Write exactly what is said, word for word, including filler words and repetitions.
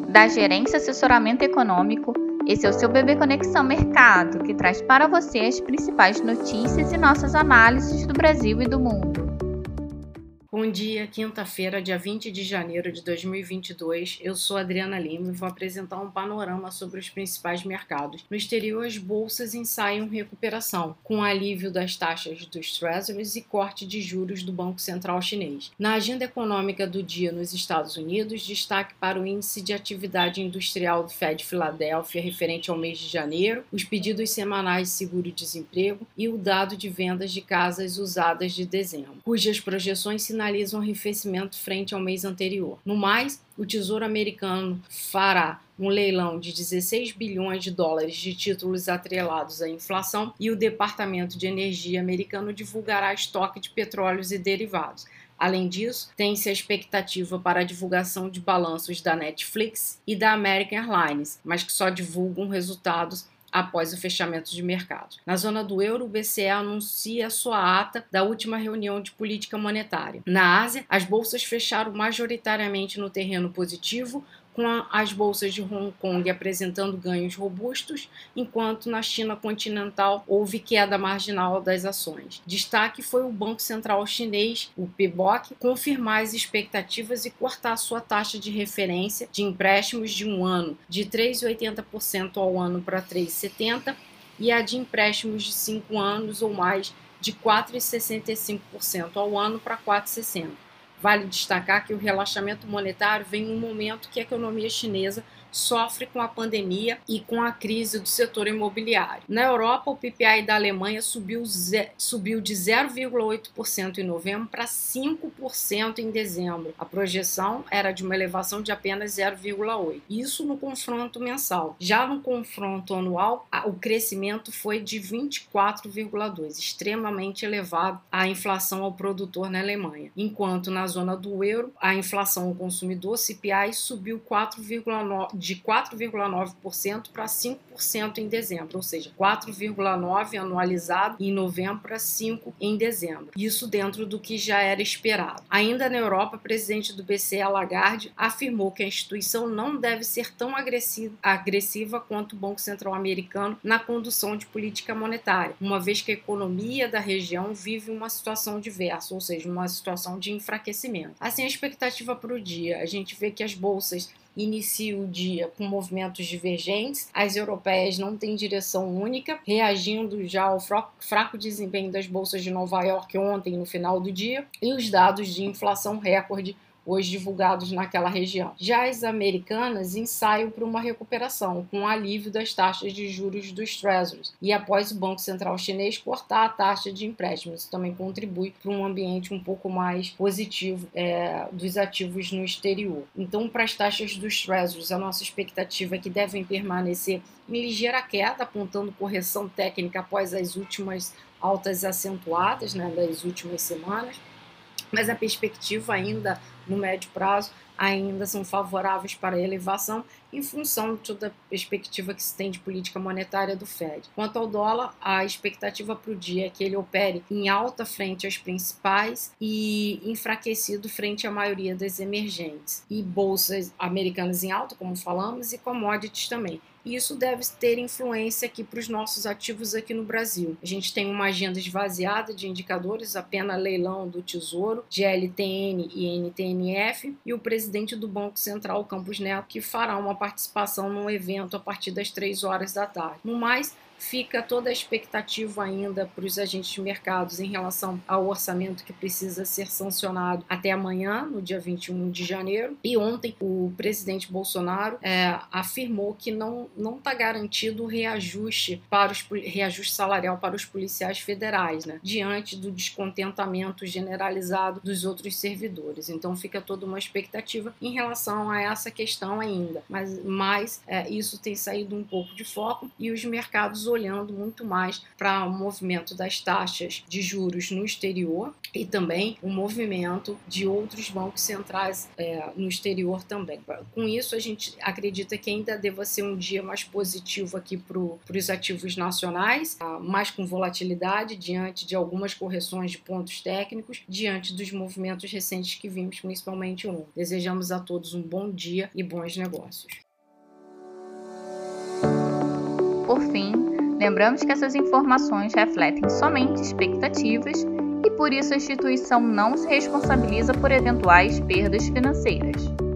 da Gerência Assessoramento Econômico. Esse é o seu B B Conexão Mercado, que traz para você as principais notícias e nossas análises do Brasil e do mundo. Bom dia, quinta-feira, dia vinte de janeiro de dois mil e vinte e dois. Eu sou Adriana Lima e vou apresentar um panorama sobre os principais mercados. No exterior, as bolsas ensaiam recuperação, com alívio das taxas dos Treasuries e corte de juros do Banco Central Chinês. Na agenda econômica do dia nos Estados Unidos, destaque para o índice de atividade industrial do Fed Filadélfia referente ao mês de janeiro, os pedidos semanais de seguro-desemprego e o dado de vendas de casas usadas de dezembro, cujas projeções sinalizam um arrefecimento frente ao mês anterior. No mais, o Tesouro Americano fará um leilão de dezesseis bilhões de dólares de títulos atrelados à inflação e o Departamento de Energia americano divulgará estoque de petróleos e derivados. Além disso, tem-se a expectativa para a divulgação de balanços da Netflix e da American Airlines, mas que só divulgam resultados após o fechamento de mercado. Na zona do euro, o B C E anuncia a sua ata da última reunião de política monetária. Na Ásia, as bolsas fecharam majoritariamente no terreno positivo, com as bolsas de Hong Kong apresentando ganhos robustos, enquanto na China continental houve queda marginal das ações. Destaque foi o Banco Central Chinês, o P B O C, confirmar as expectativas e cortar sua taxa de referência de empréstimos de um ano de três vírgula oitenta por cento ao ano para três vírgula setenta por cento e a de empréstimos de cinco anos ou mais de quatro vírgula sessenta e cinco por cento ao ano para quatro vírgula sessenta por cento. Vale destacar que o relaxamento monetário vem num momento que a economia chinesa sofre com a pandemia e com a crise do setor imobiliário. Na Europa, o P P I da Alemanha subiu, subiu de zero vírgula oito por cento em novembro para cinco por cento em dezembro. A projeção era de uma elevação de apenas zero vírgula oito por cento. Isso no confronto mensal. Já no confronto anual, o crescimento foi de vinte e quatro vírgula dois por cento, extremamente elevado a inflação ao produtor na Alemanha. Enquanto na zona do euro, a inflação ao consumidor, C P I, subiu quatro vírgula nove por cento de quatro vírgula nove por cento para cinco por cento em dezembro, ou seja, quatro vírgula nove por cento anualizado em novembro para cinco por cento em dezembro. Isso dentro do que já era esperado. Ainda na Europa, a presidente do B C E, Lagarde, afirmou que a instituição não deve ser tão agressiva, agressiva quanto o Banco Central americano na condução de política monetária, uma vez que a economia da região vive uma situação diversa, ou seja, uma situação de enfraquecimento. Assim, a expectativa para o dia, a gente vê que as bolsas inicia o dia com movimentos divergentes, as europeias não têm direção única, reagindo já ao fraco desempenho das bolsas de Nova York ontem no final do dia e os dados de inflação recorde hoje divulgados naquela região. Já as americanas ensaiam para uma recuperação, com o alívio das taxas de juros dos Treasuries, e após o Banco Central Chinês cortar a taxa de empréstimos. Isso também contribui para um ambiente um pouco mais positivo é, dos ativos no exterior. Então, para as taxas dos Treasuries, a nossa expectativa é que devem permanecer em ligeira queda, apontando correção técnica após as últimas altas acentuadas, né, das últimas semanas, mas a perspectiva ainda no médio prazo ainda são favoráveis para a elevação em função de toda a perspectiva que se tem de política monetária do Fed. Quanto ao dólar, a expectativa para o dia é que ele opere em alta frente às principais e enfraquecido frente à maioria das emergentes. E bolsas americanas em alta, como falamos, e commodities também. E isso deve ter influência aqui para os nossos ativos aqui no Brasil. A gente tem uma agenda esvaziada de indicadores, apenas leilão do Tesouro, G L T N e N T N F, e o presidente do Banco Central, Campos Neto, que fará uma participação num evento a partir das três horas da tarde. No mais, fica toda a expectativa ainda para os agentes de mercados em relação ao orçamento que precisa ser sancionado até amanhã, no dia vinte e um de janeiro. E ontem o presidente Bolsonaro é, afirmou que não não está garantido o reajuste para os reajuste salarial para os policiais federais, né, diante do descontentamento generalizado dos outros servidores. Então fica toda uma expectativa em relação a essa questão ainda, mas, mas é, isso tem saído um pouco de foco e os mercados olhando muito mais para o movimento das taxas de juros no exterior e também o movimento de outros bancos centrais é, no exterior também. Com isso, a gente acredita que ainda deva ser um dia mais positivo aqui para os ativos nacionais, mais com volatilidade diante de algumas correções de pontos técnicos, diante dos movimentos recentes que vimos, principalmente ontem. Desejamos a todos um bom dia e bons negócios. Por fim, lembramos que essas informações refletem somente expectativas e por isso a instituição não se responsabiliza por eventuais perdas financeiras.